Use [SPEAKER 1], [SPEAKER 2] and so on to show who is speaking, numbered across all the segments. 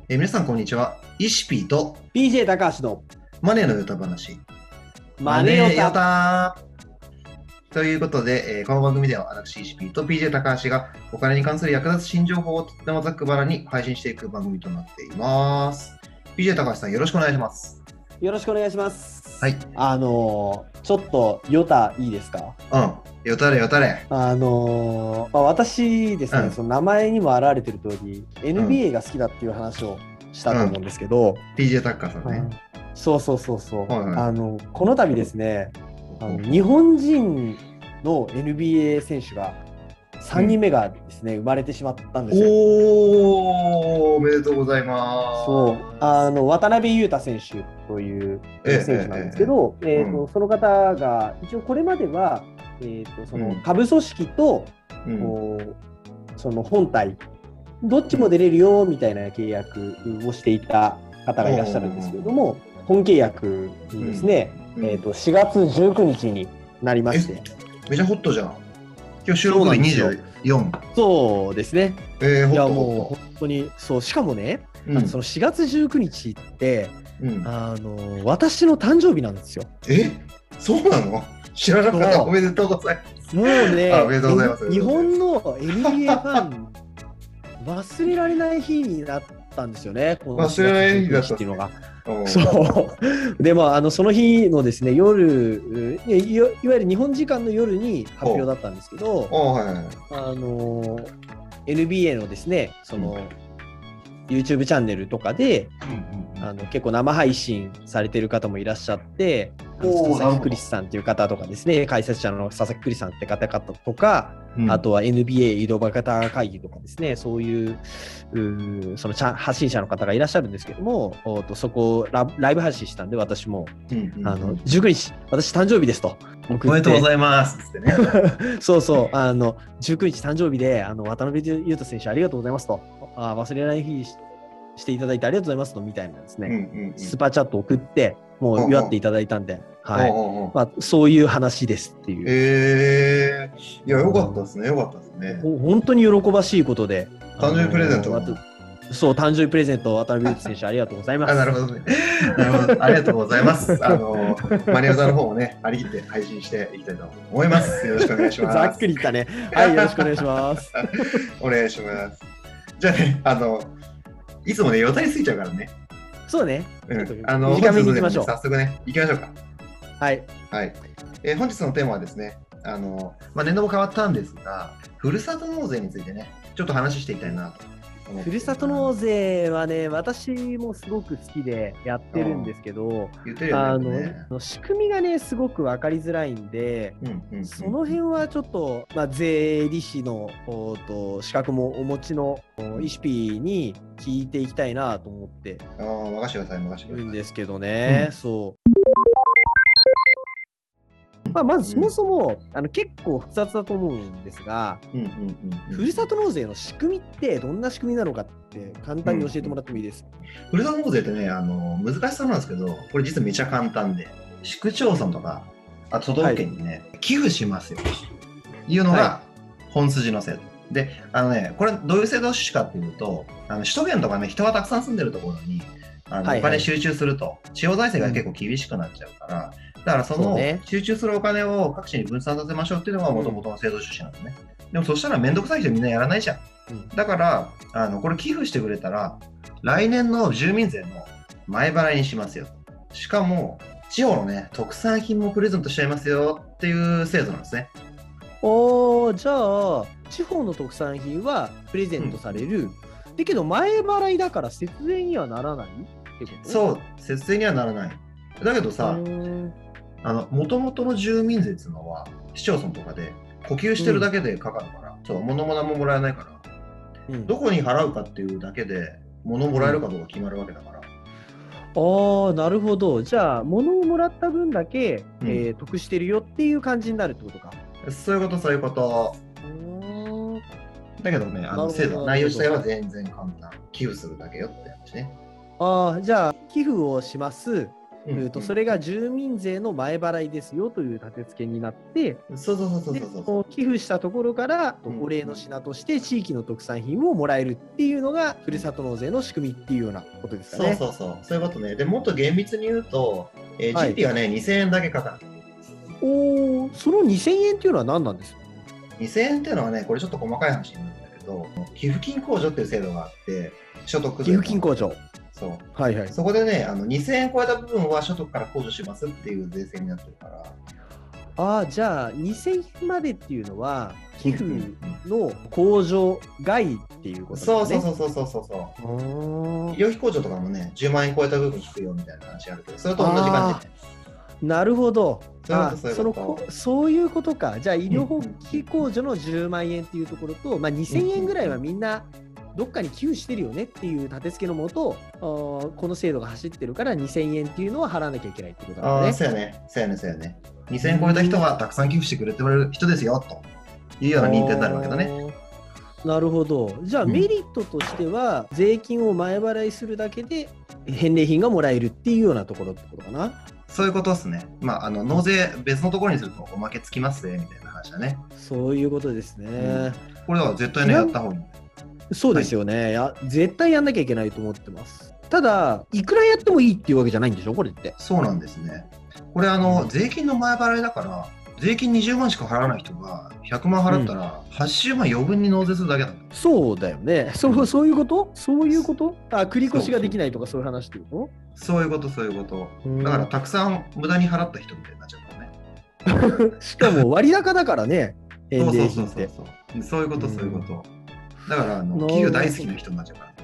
[SPEAKER 1] 皆さんこんにちは。イシピーと
[SPEAKER 2] PJ 高橋の
[SPEAKER 1] マネーのヨタ話。
[SPEAKER 2] マネヨタ。
[SPEAKER 1] タということで、この番組では私イシピーと PJ 高橋がお金に関する役立つ新情報をとってもざっくばらに配信していく番組となっています。PJ 高橋さんよろしくお願いします。
[SPEAKER 2] よろしくお願いします。
[SPEAKER 1] はい。
[SPEAKER 2] ちょっとヨタいいですか？
[SPEAKER 1] よたれよたれ。
[SPEAKER 2] 私ですね、
[SPEAKER 1] うん
[SPEAKER 2] その名前にも表れてる通り、NBA が好きだっていう話をしたと思うんですけど、
[SPEAKER 1] PJ 高橋さんね。
[SPEAKER 2] そう、
[SPEAKER 1] はいはい、
[SPEAKER 2] この度ですね、日本人の NBA 選手が3人目がですね、生まれてしまったんですよ。
[SPEAKER 1] おめでとうございます。
[SPEAKER 2] そう、渡辺裕太選手という選手なんですけど、その方が一応これまでは、その下部組織と、その本体どっちも出れるよみたいな契約をしていた方がいらっしゃるんですけれども、本契約にですね、4月19日になりまして。
[SPEAKER 1] めちゃホットじゃん。今日収録日24。
[SPEAKER 2] そうですね。いやもう本当にそう。しかもね、その4月19日って、私の誕生日なんですよ。
[SPEAKER 1] そうなの？知らなかった。おめでとうございます。
[SPEAKER 2] もうね、
[SPEAKER 1] おめでとうございます。
[SPEAKER 2] 日本の NBA ファン忘れられない日になったんですよね。この
[SPEAKER 1] 忘れられない日だった
[SPEAKER 2] っていうのが。そうでもその日のですね夜いわゆる日本時間の夜に発表だったんですけど、NBA のですねその、YouTube チャンネルとかで、結構生配信されてる方もいらっしゃって、佐々木クリスさんっていう方とかですね、解説者の佐々木クリスさんって方々とか、あとは NBA 井戸端会議とかですね、そういうその発信者の方がいらっしゃるんですけども、そこをライブ配信したんで、私も、19日、私誕生日ですと。
[SPEAKER 1] おめでとうございますってね。
[SPEAKER 2] そうそう、19日誕生日で、渡辺裕太選手ありがとうございますと。忘れない日にしていただいてありがとうございますとみたいなですね、スーパーチャット送ってもう祝っていただいたんで、そういう話ですっていう。
[SPEAKER 1] いやよかったですね。
[SPEAKER 2] 本当に喜ばしいことで、
[SPEAKER 1] 誕生日プレゼント。
[SPEAKER 2] そう、誕生日プレゼント、渡辺裕太選手ありがとうございます。
[SPEAKER 1] なるほどね。ありがとうございます。マネオタの方もね、張り切って配信していきたいと思います。よろしくお願いします。
[SPEAKER 2] ざっくり言ったね。はい、よろしくお願いします。
[SPEAKER 1] お願いします。じゃあね、いつもね、よたりすぎちゃうからね。
[SPEAKER 2] そうね。
[SPEAKER 1] 短めに行きましょう。早速ね、行きましょうか。
[SPEAKER 2] はい。
[SPEAKER 1] 本日のテーマはですね、年度も変わったんですが、ふるさと納税についてね、ちょっと話していきたいなと。
[SPEAKER 2] ふるさと納税はね、私もすごく好きでやってるんですけど、仕組みがね、すごく分かりづらいんで、その辺はちょっと、税理士の資格もお持ちのイシピーに聞いていきたいなと思って
[SPEAKER 1] 任せてください。
[SPEAKER 2] るんですけどね、そう。まずそもそも、結構複雑だと思うんですが、ふるさと納税の仕組みってどんな仕組みなのかって簡単に教えてもらってもいいですか？
[SPEAKER 1] ふるさと納税ってね、難しさなんですけど、これ実はめちゃ簡単で、市区町村とか、あと都道府県にね、寄付しますよというのが本筋の制度。で、これどういう制度趣旨かっていうと、首都圏とかね、人がたくさん住んでるところにお金集中すると、地方財政が結構厳しくなっちゃうから、だからその集中するお金を各地に分散させましょうっていうのがもともとの制度趣旨なんですね。でもそしたらめんどくさい人みんなやらないじゃん。だからこれ寄付してくれたら来年の住民税の前払いにしますよ。しかも地方のね特産品もプレゼントしちゃいますよっていう制度なんですね。
[SPEAKER 2] じゃあ地方の特産品はプレゼントされる。だけど前払いだから節税にはならないってこと？
[SPEAKER 1] そう、節税にはならない。だけどさ、もともとの住民税っていうのは市町村とかで呼吸してるだけでかかるから、物も何ももらえないから、どこに払うかっていうだけで物もらえるかどうか決まるわけだから。
[SPEAKER 2] なるほど。じゃあ物をもらった分だけ、得してるよっていう感じになるってことか。
[SPEAKER 1] そういうこと。だけどね、制度内容自体は全然簡単。寄付するだけよって話ね。
[SPEAKER 2] じゃあ寄付をします。 それが住民税の前払いですよという立て付けになって、寄付したところからお礼の品として地域の特産品をもらえるっていうのがふるさと納税の仕組みっていうようなことですかね。
[SPEAKER 1] そういうことね。でもっと厳密に言うと、実費がね、2000円だけかかる。
[SPEAKER 2] その2000円っていうのは何なんですか？
[SPEAKER 1] 2000 円っていうのはね、これちょっと細かい話になるんだけど、寄付金控除っていう制度があって、所得税。
[SPEAKER 2] 寄付金控除。
[SPEAKER 1] そう。
[SPEAKER 2] はいはい。
[SPEAKER 1] そこでね、2000円超えた部分は所得から控除しますっていう税制になってるから。
[SPEAKER 2] じゃあ2000円までっていうのは寄付の控除外っていうことですね。
[SPEAKER 1] そう。医療費控除とかもね、10万円超えた部分引くよみたいな話あるけど、それと同じ感じでね。
[SPEAKER 2] なるほど。
[SPEAKER 1] そう
[SPEAKER 2] いうことか。じゃあ医療費控除の10万円っていうところと、2000円ぐらいはみんなどっかに寄付してるよねっていう立て付けのもと、この制度が走ってるから2000円っていうのは払わなきゃいけないってことなんだね。
[SPEAKER 1] そうやね。2000円超えた人はたくさん寄付してくれてる人ですよというような認定になるわけだね。
[SPEAKER 2] なるほど。じゃあメリットとしては、税金を前払いするだけで返礼品がもらえるっていうようなところってことかな。
[SPEAKER 1] そういうことですね。納税別のところにするとおまけつきますねみたいな話だね。
[SPEAKER 2] そういうことですね。
[SPEAKER 1] これは絶対ね、やった方がいい。
[SPEAKER 2] そうですよね。絶対やんなきゃいけないと思ってます。ただ、いくらやってもいいっていうわけじゃないんでしょ、これって。
[SPEAKER 1] そうなんですね。これ税金の前払いだから、税金20万しか払わない人が100万払ったら、80万余分に納税するだけなんだ。
[SPEAKER 2] そうだよね。そういうこと繰り越しができないとかそういう話ってこと？
[SPEAKER 1] そういうこと。だから、たくさん無駄に払った人みたいになっちゃったね。
[SPEAKER 2] しかも割高だからね、返礼品って。
[SPEAKER 1] そういうこと。だから、寄付大好きな人になっちゃうから。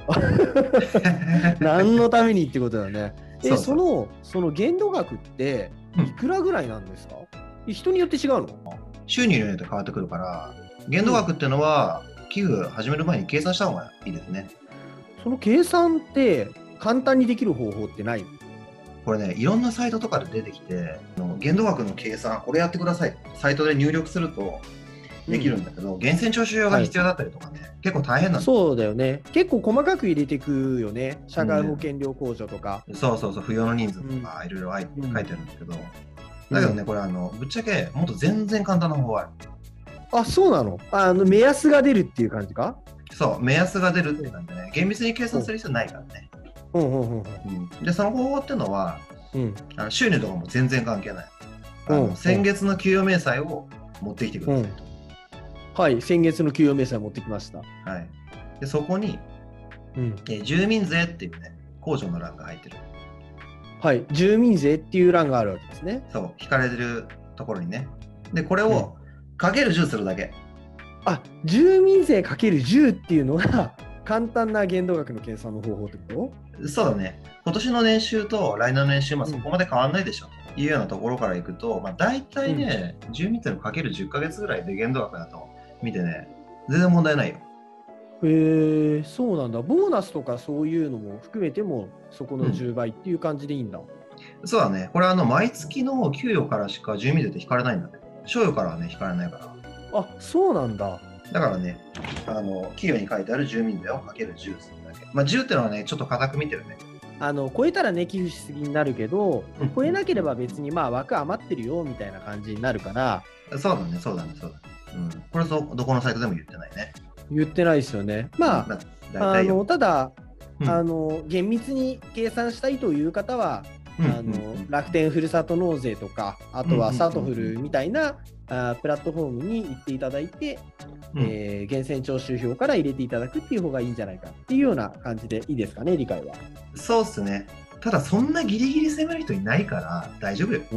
[SPEAKER 2] 何のためにってことだよね。その限度額っていくらぐらいなんですか？人によって違うの？
[SPEAKER 1] 収入によって変わってくるから、限度額っていうのは、寄付始める前に計算した方がいいですね。
[SPEAKER 2] その計算って簡単にできる方法ってないの？
[SPEAKER 1] これね、いろんなサイトとかで出てきて、限度額の計算、これやってください。サイトで入力するとできるんだけど、源泉徴収票が必要だったりとかね、結構大変なんだ。
[SPEAKER 2] そうだよね。結構細かく入れていくよね。社会保険料控除とか。
[SPEAKER 1] そう、不要の人数とか、いろいろ書いてるんだけど、だけどね、これぶっちゃけ、もっと全然簡単な方法ある。
[SPEAKER 2] あ、そうなの？目安が出るっていう感じか？
[SPEAKER 1] そう、目安が出るっていう感じでね、厳密に計算する必要ないからね。で、その方法っていうのは、収入とかも全然関係ない。先月の給与明細を持ってきてくださいと。
[SPEAKER 2] はい、先月の給与明細持ってきました。
[SPEAKER 1] はい。で、そこに、住民税っていうね、控除の欄が入ってる。
[SPEAKER 2] はい、住民税っていう欄があるわけですね。
[SPEAKER 1] そう、引かれてるところにね。で、これをかける10するだけ。
[SPEAKER 2] 住民税かける10っていうのが簡単な限度額の計算の方法ってこと？
[SPEAKER 1] そうだね。今年の年収と来年の年収、そこまで変わらないでしょというようなところからいくと、大体ね、住民税のかける10ヶ月ぐらいで限度額だと見てね、全然問題ないよ。
[SPEAKER 2] そうなんだ。ボーナスとかそういうのも含めても、そこの10倍っていう感じでいいんだ。
[SPEAKER 1] そうだね。これ毎月の給与からしか住民税って引かれないんだね。賞与からはね、引かれないから。
[SPEAKER 2] そうなんだ。
[SPEAKER 1] だからね、給与に書いてある住民税をかける10するだけ。10ってのはね、ちょっと固く見てるね。
[SPEAKER 2] 超えたらね、寄付しすぎになるけど、超えなければ別に枠余ってるよみたいな感じになるから。
[SPEAKER 1] そうだね。これどこのサイトでも言ってないね。
[SPEAKER 2] 言ってないですよね。ただ、厳密に計算したいという方は、楽天ふるさと納税とか、あとはサートフルみたいなプラットフォームに行っていただいて、源泉徴収票から入れていただくっていう方がいいんじゃないかっていうような感じでいいですかね、理解は。
[SPEAKER 1] そうっすね。ただそんなギリギリ攻める人いないから大丈夫よ。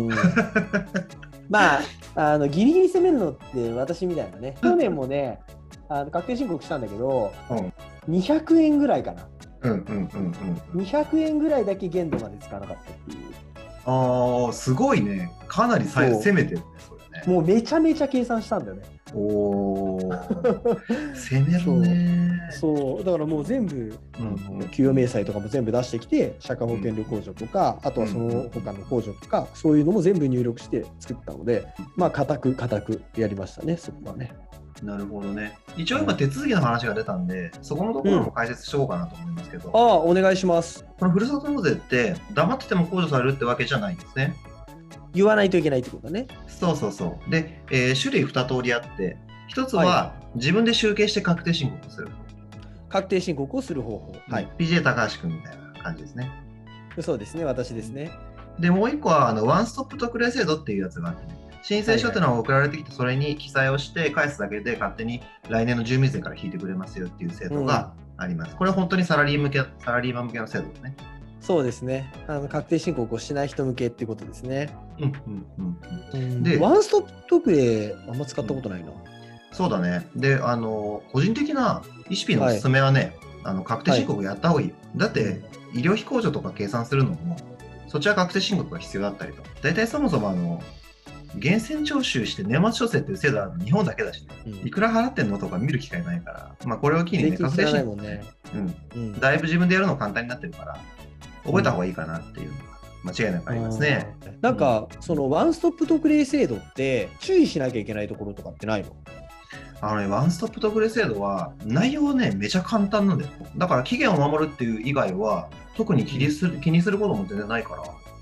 [SPEAKER 2] ギリギリ攻めるのって私みたいなね、去年もね、確定申告したんだけど、200円ぐらいかな。200円ぐらいだけ限度までつかなかったっていう。
[SPEAKER 1] すごいね。かなり攻めてるね、それね。
[SPEAKER 2] もうめちゃめちゃ計算したんだよね。
[SPEAKER 1] 攻めるね。
[SPEAKER 2] そう、だからもう全部、給与明細とかも全部出してきて、社会保険料控除とか、あとはその他の控除とか、そういうのも全部入力して作ったので、固くやりましたね、そこはね。
[SPEAKER 1] なるほどね。一応今手続きの話が出たんで、そこのところも解説しておこうかなと思いますけど、
[SPEAKER 2] ああ、お願いします。
[SPEAKER 1] このふるさと納税って黙ってても控除されるってわけじゃないんですね。
[SPEAKER 2] 言わないといけないってことだね。
[SPEAKER 1] そうそうそう。で、種類2通りあって、1つは自分で集計して確定申告をする。
[SPEAKER 2] 確定申告をする方法。はい。
[SPEAKER 1] PJ 高橋君みたいな感じですね。
[SPEAKER 2] そうですね、私ですね。
[SPEAKER 1] で、もう1個はワンストップ特例制度っていうやつがあって、ね、申請書っていうのが送られてきて、それに記載をして返すだけで勝手に来年の住民税から引いてくれますよっていう制度があります。これは本当にサラリーマン向けの制度ですね。
[SPEAKER 2] そうですね。確定申告をしない人向けっていうことですね。
[SPEAKER 1] で、
[SPEAKER 2] ワンストップ特例あんま使ったことないな。
[SPEAKER 1] そうだね。で、個人的なイシピのおすすめはね、確定申告やった方がいいよ。だって、医療費控除とか計算するのも、そちら確定申告が必要だったりと。大体そもそも源泉徴収して年末調整っていう制度は日本だけだし、ね、いくら払ってんのとか見る機会ないから、まあ、これを機にね、確定申告、だいぶ自分でやるの簡単になってるから、覚えた方がいいかなっていうのが間違いなくありますね。
[SPEAKER 2] なんか、そのワンストップ特例制度って注意しなきゃいけないところとかってないの？
[SPEAKER 1] ワンストップ特例制度は内容はね、めちゃ簡単なんだよ。だから期限を守るっていう以外は、特に気にすることも全然ないから。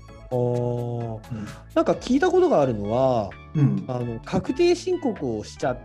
[SPEAKER 2] なんか聞いたことがあるのは、確定申告をしちゃって、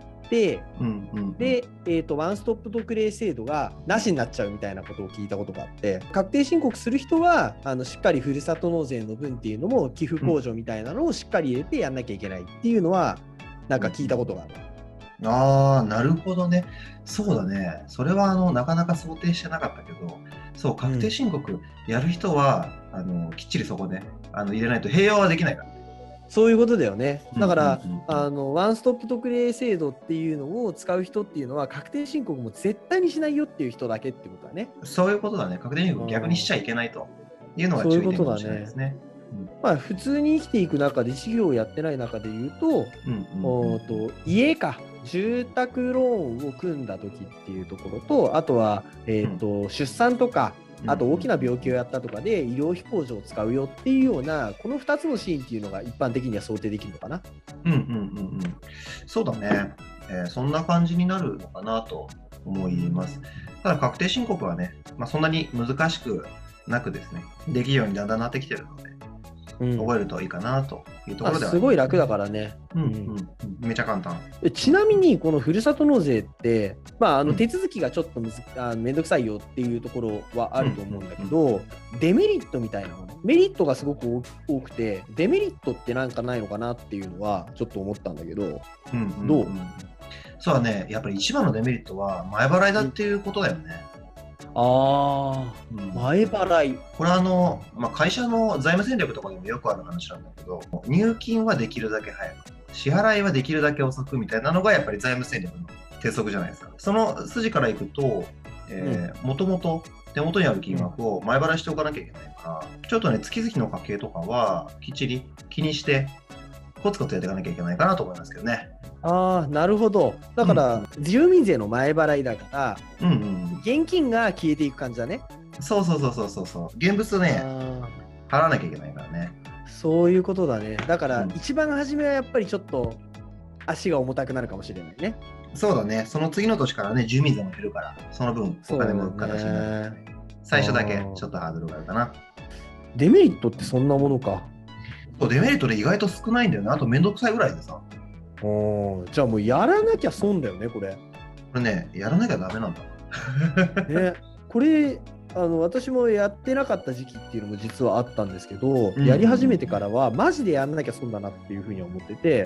[SPEAKER 2] で、ワンストップ特例制度がなしになっちゃうみたいなことを聞いたことがあって、確定申告する人はしっかりふるさと納税の分っていうのも寄付控除みたいなのをしっかり入れてやんなきゃいけないっていうのはなんか聞いたことがある。
[SPEAKER 1] ああ、なるほどね。そうだね。それはなかなか想定してなかったけど、そう、確定申告やる人は、きっちりそこで入れないと併用はできないから。
[SPEAKER 2] そういうことだよね。だから、ワンストップ特例制度っていうのを使う人っていうのは、確定申告も絶対にしないよっていう人だけってことだね。
[SPEAKER 1] そういうことだね。確定申告逆にしちゃいけないというのが注意点かもしれないですね。
[SPEAKER 2] まあ、普通に生きていく中で事業をやってない中で言うと、家か住宅ローンを組んだ時っていうところと、あとは、出産とか、あと大きな病気をやったとかで医療費控除を使うよっていうようなこの2つのシーンっていうのが一般的には想定できるのかな。
[SPEAKER 1] そうだね、そんな感じになるのかなと思います。ただ確定申告はね、そんなに難しくなくですね、できるようにだんだんなってきてるので、覚えるといいかなというところでは、
[SPEAKER 2] すごい楽だからね。
[SPEAKER 1] めちゃ簡単。
[SPEAKER 2] ちなみにこのふるさと納税って、手続きがちょっとめんどくさいよっていうところはあると思うんだけど、デメリットみたいなもの、メリットがすごく多くて、デメリットってなんかないのかなっていうのはちょっと思ったんだけど、どう？
[SPEAKER 1] そうだね、やっぱり一番のデメリットは前払いだっていうことだよね。
[SPEAKER 2] 前払い。
[SPEAKER 1] これ会社の財務戦略とかでもよくある話なんだけど、入金はできるだけ早く、支払いはできるだけ遅くみたいなのがやっぱり財務戦略の鉄則じゃないですか。その筋からいくと、もともと手元にある金額を前払いしておかなきゃいけないから、ちょっとね、月々の家計とかはきっちり気にして、コツコツやっていかなきゃいけないかなと思いますけどね。
[SPEAKER 2] なるほど。だから、住民税の前払いだから、現金が消えていく感じだね。
[SPEAKER 1] そう。現物ね、払わなきゃいけないからね。
[SPEAKER 2] そういうことだね。だから、一番初めはやっぱりちょっと足が重たくなるかもしれないね。
[SPEAKER 1] そうだね。その次の年からね、住民税も減るから、その分お金も浮く形になる、最初だけちょっとハードルがあるかな。
[SPEAKER 2] デメリットってそんなものか。
[SPEAKER 1] デメリットで意外と少ないんだよね。あとめんどくさいぐらいでさ。
[SPEAKER 2] じゃあもうやらなきゃ損だよね、これ。
[SPEAKER 1] これね、やらなきゃダメなんだ。
[SPEAKER 2] ね、これ私もやってなかった時期っていうのも実はあったんですけど、やり始めてからはマジでやんなきゃ損だなっていうふうに思ってて、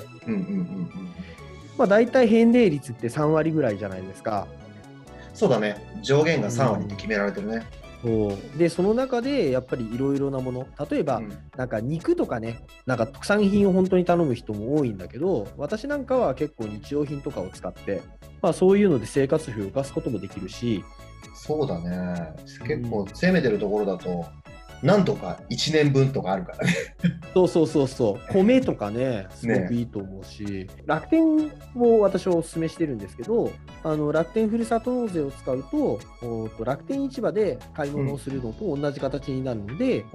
[SPEAKER 2] 大体返礼率って3割ぐらいじゃないですか。
[SPEAKER 1] そうだね、上限が3割って決められてるね。
[SPEAKER 2] でその中でやっぱりいろいろなもの、例えば、なんか肉とかね、なんか特産品を本当に頼む人も多いんだけど、私なんかは結構日用品とかを使って、そういうので生活費を浮かすこともできるし。
[SPEAKER 1] そうだね、結構攻めてるところだとなんとか1年分とかあるからね。
[SPEAKER 2] そう米とかね、すごくいいと思うし、楽天を私はお勧めしてるんですけど、楽天ふるさと納税を使うと楽天市場で買い物をするのと同じ形になるので、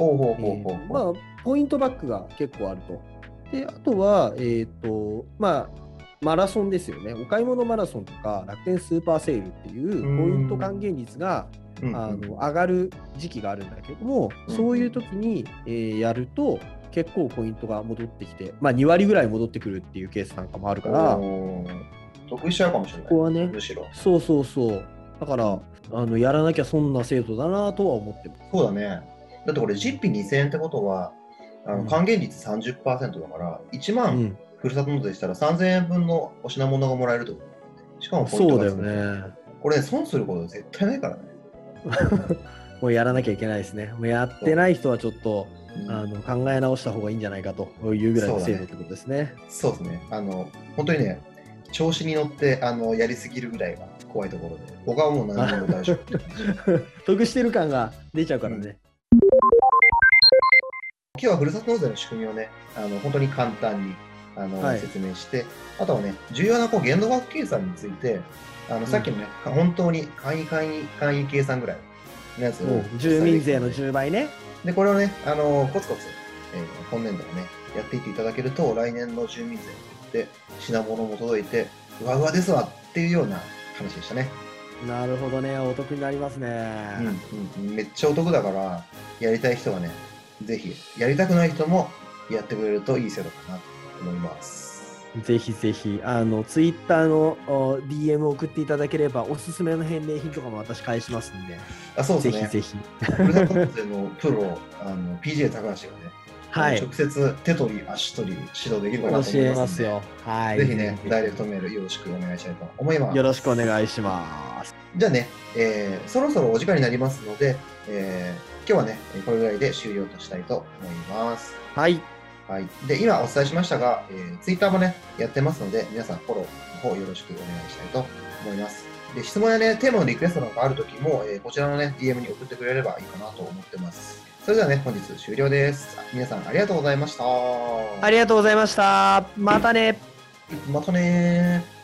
[SPEAKER 2] ポイントバックが結構あると。であとはマラソンですよね。お買い物マラソンとか楽天スーパーセールっていうポイント還元率が上がる時期があるんだけども、そういう時に、やると結構ポイントが戻ってきて、まあ、2割ぐらい戻ってくるっていうケースなんかもあるから、
[SPEAKER 1] 得しちゃうかもしれない。
[SPEAKER 2] ここはね、
[SPEAKER 1] むしろ。
[SPEAKER 2] そうそうそう。だからやらなきゃ損な制度だなとは思ってます。
[SPEAKER 1] そうだね。だってこれ実費2000円ってことは、還元率 30% だから、1万ふるさと納税したら3000円分のお品物がもらえるってことだよね。しかもポイントがつく。
[SPEAKER 2] そうだよね。
[SPEAKER 1] これ損すること絶対ないからね。
[SPEAKER 2] もうやらなきゃいけないですね。もうやってない人はちょっと考え直した方がいいんじゃないかというぐらいの制度ってことですね。
[SPEAKER 1] そうですね。本当にね、調子に乗ってやりすぎるぐらいが怖いところで、僕はもう何でも大丈夫。
[SPEAKER 2] 得してる感が出ちゃうからね。
[SPEAKER 1] 今日はふるさと納税の仕組みをね、本当に簡単に説明して、あとはね、重要な限度額計算について、さっきのね、本当に簡易計算ぐらいのやつを、
[SPEAKER 2] 住民税の10倍ね。
[SPEAKER 1] で、これをね、コツコツ、今年度もね、やっていっていただけると、来年の住民税で品物も届いて、うわうわですわっていうような話でしたね。
[SPEAKER 2] なるほどね、お得になりますね。
[SPEAKER 1] めっちゃお得だから、やりたい人はね、ぜひ、やりたくない人もやってくれるといい制度かなと思います。
[SPEAKER 2] ぜひぜひ、ツイッターのDM を送っていただければ、おすすめの返礼品とかも私返しますんで。
[SPEAKER 1] そうですね。
[SPEAKER 2] ぜひぜひ。
[SPEAKER 1] ふるさと納税のプロ、PJ 高橋がね、直接手取り足取り指導できるかなと思いますので、
[SPEAKER 2] 教えますよ。はい。
[SPEAKER 1] ぜひね、ダイレクトメールよろしくお願いしたいと思います。
[SPEAKER 2] よろしくお願いします。
[SPEAKER 1] じゃあね、そろそろお時間になりますので、今日はね、これぐらいで終了としたいと思います。
[SPEAKER 2] はい。
[SPEAKER 1] はい、で今お伝えしましたが、ツイッターもね、やってますので、皆さんフォローの方よろしくお願いしたいと思います。で質問やね、テーマのリクエストなんかあるときも、こちらのね、DM に送ってくれればいいかなと思ってます。それではね、本日終了です。皆さんありがとうございました。
[SPEAKER 2] ありがとうございました。またね。
[SPEAKER 1] またね。